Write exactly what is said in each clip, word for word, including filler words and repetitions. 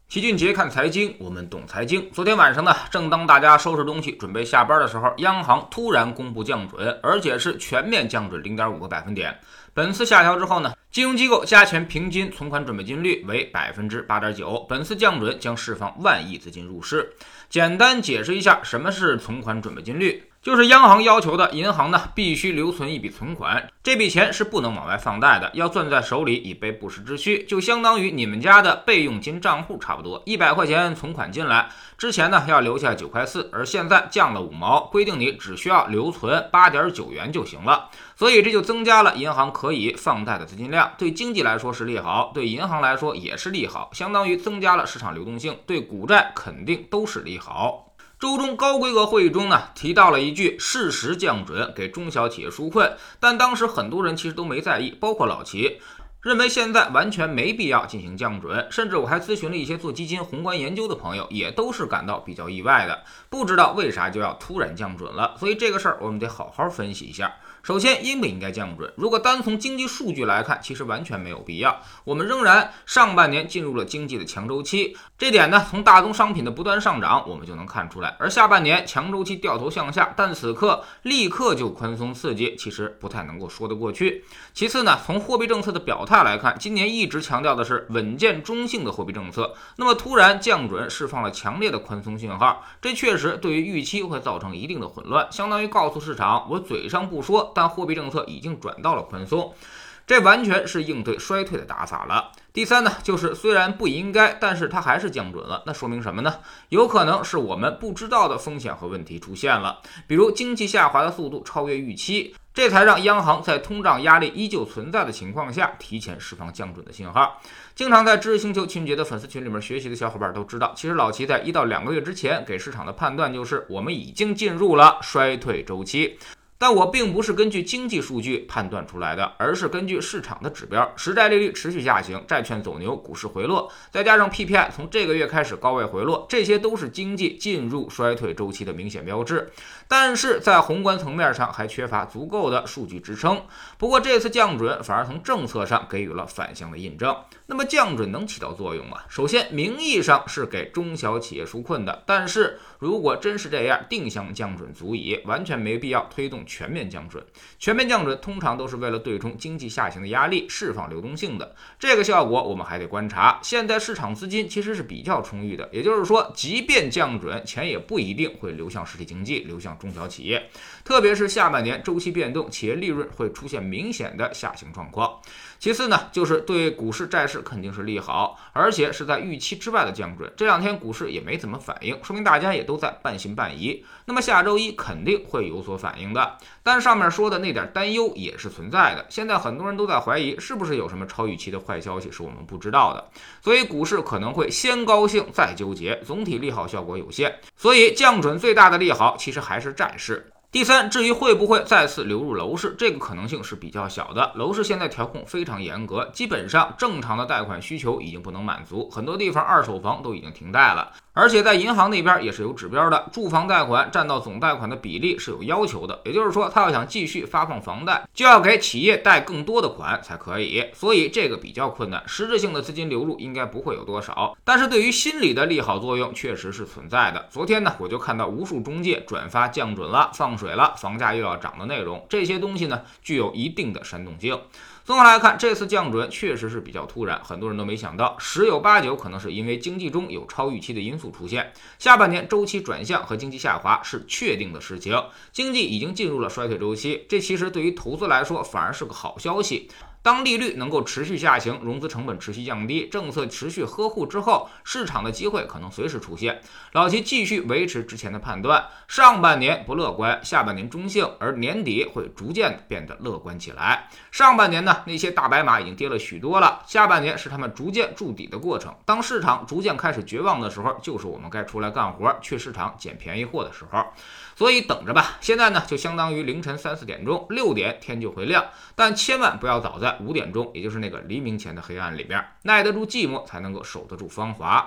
齐俊杰看财经，我们懂财经。昨天晚上呢，正当大家收拾东西准备下班的时候，央行突然公布降准，而且是全面降准 零点五 个百分点。本次下调之后呢，金融机构加权平均存款准备金率为 百分之八点九， 本次降准将释放万亿资金入市。简单解释一下什么是存款准备金率，就是央行要求的银行呢必须留存一笔存款，这笔钱是不能往外放贷的，要攥在手里以备不时之需，就相当于你们家的备用金账户差不多。一百块钱存款进来之前呢要留下九块四，而现在降了五毛，规定你只需要留存 八点九元就行了。所以这就增加了银行可以放贷的资金量，对经济来说是利好，对银行来说也是利好，相当于增加了市场流动性，对股债肯定都是利好。周中高规格会议中呢，提到了一句适时降准给中小企业纾困，但当时很多人其实都没在意，包括老齐，认为现在完全没必要进行降准，甚至我还咨询了一些做基金宏观研究的朋友，也都是感到比较意外的，不知道为啥就要突然降准了。所以这个事儿我们得好好分析一下。首先，应不应该降准？如果单从经济数据来看，其实完全没有必要。我们仍然上半年进入了经济的强周期，这点呢，从大宗商品的不断上涨我们就能看出来。而下半年强周期掉头向下，但此刻立刻就宽松刺激，其实不太能够说得过去。其次呢，从货币政策的表态来看，今年一直强调的是稳健中性的货币政策，那么突然降准释放了强烈的宽松信号，这确实对于预期会造成一定的混乱，相当于告诉市场我嘴上不说，但货币政策已经转到了宽松，这完全是应对衰退的打法了。第三呢，就是虽然不应该，但是它还是降准了，那说明什么呢？有可能是我们不知道的风险和问题出现了，比如经济下滑的速度超越预期，这才让央行在通胀压力依旧存在的情况下提前释放降准的信号。经常在知识星球秦杰的粉丝群里面学习的小伙伴都知道，其实老齐在一到两个月之前给市场的判断就是我们已经进入了衰退周期。但我并不是根据经济数据判断出来的，而是根据市场的指标，实债利率持续下行，债券走牛，股市回落，再加上 P P I 从这个月开始高位回落，这些都是经济进入衰退周期的明显标志。但是在宏观层面上还缺乏足够的数据支撑。不过这次降准反而从政策上给予了反向的印证。那么降准能起到作用吗？首先名义上是给中小企业纾困的，但是如果真是这样，定向降准足矣，完全没必要推动全面降准。全面降准通常都是为了对冲经济下行的压力，释放流动性的，这个效果我们还得观察。现在市场资金其实是比较充裕的，也就是说即便降准，钱也不一定会流向实体经济，流向中小企业，特别是下半年周期变动，企业利润会出现明显的下行状况。其次呢，就是对股市债市肯定是利好，而且是在预期之外的降准。这两天股市也没怎么反应，说明大家也都在半信半疑。那么下周一肯定会有所反应的，但上面说的那点担忧也是存在的。现在很多人都在怀疑是不是有什么超预期的坏消息是我们不知道的，所以股市可能会先高兴再纠结，总体利好效果有限。所以降准最大的利好其实还是债市。第三，至于会不会再次流入楼市，这个可能性是比较小的。楼市现在调控非常严格，基本上正常的贷款需求已经不能满足，很多地方二手房都已经停贷了。而且在银行那边也是有指标的，住房贷款占到总贷款的比例是有要求的，也就是说他要想继续发放房贷，就要给企业贷更多的款才可以，所以这个比较困难，实质性的资金流入应该不会有多少，但是对于心理的利好作用确实是存在的。昨天呢，我就看到无数中介转发降准了、放水了、房价又要涨的内容，这些东西呢具有一定的煽动性。综合来看，这次降准确实是比较突然，很多人都没想到，十有八九可能是因为经济中有超预期的因素出现，下半年周期转向和经济下滑是确定的事情，经济已经进入了衰退周期，这其实对于投资来说反而是个好消息。当利率能够持续下行，融资成本持续降低，政策持续呵护之后，市场的机会可能随时出现。老齐继续维持之前的判断，上半年不乐观，下半年中性，而年底会逐渐变得乐观起来。上半年呢，那些大白马已经跌了许多了，下半年是他们逐渐筑底的过程。当市场逐渐开始绝望的时候，就是我们该出来干活，去市场捡便宜货的时候。所以等着吧，现在呢就相当于凌晨三四点钟，六点天就会亮，但千万不要早在五点钟，也就是那个黎明前的黑暗里边，耐得住寂寞才能够守得住芳华。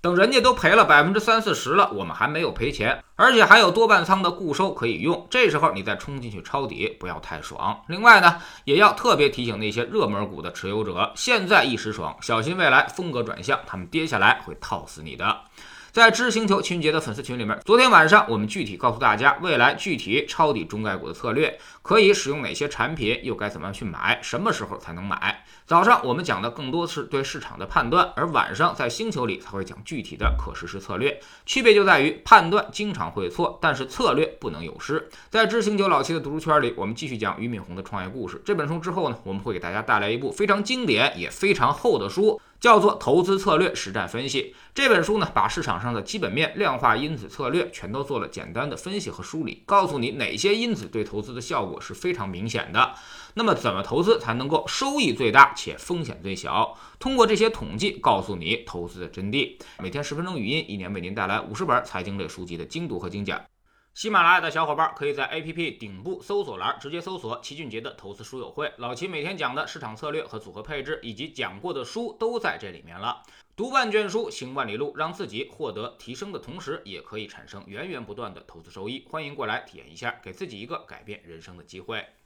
等人家都赔了百分之三四十了，我们还没有赔钱，而且还有多半仓的固收可以用，这时候你再冲进去抄底，不要太爽。另外呢，也要特别提醒那些热门股的持有者，现在一时爽，小心未来风格转向，他们跌下来会套死你的。在知识星球秦俊杰的粉丝群里面，昨天晚上我们具体告诉大家未来具体抄底中概股的策略，可以使用哪些产品，又该怎么样去买，什么时候才能买。早上我们讲的更多是对市场的判断，而晚上在星球里才会讲具体的可实施策略。区别就在于判断经常会错，但是策略不能有失。在知识星球老七的读书圈里，我们继续讲俞敏洪的创业故事。这本书之后呢，我们会给大家带来一部非常经典也非常厚的书，叫做《投资策略实战分析》。这本书呢，把市场上的基本面、量化因子、策略全都做了简单的分析和梳理，告诉你哪些因子对投资的效果是非常明显的。那么怎么投资才能够收益最大且风险最小？通过这些统计，告诉你投资的真谛。每天十分钟语音，一年为您带来五十本财经类书籍的精读和精讲。喜马拉雅的小伙伴可以在 A P P 顶部搜索栏直接搜索齐俊杰的投资书友会，老齐每天讲的市场策略和组合配置以及讲过的书都在这里面了。读万卷书，行万里路，让自己获得提升的同时，也可以产生源源不断的投资收益。欢迎过来体验一下，给自己一个改变人生的机会。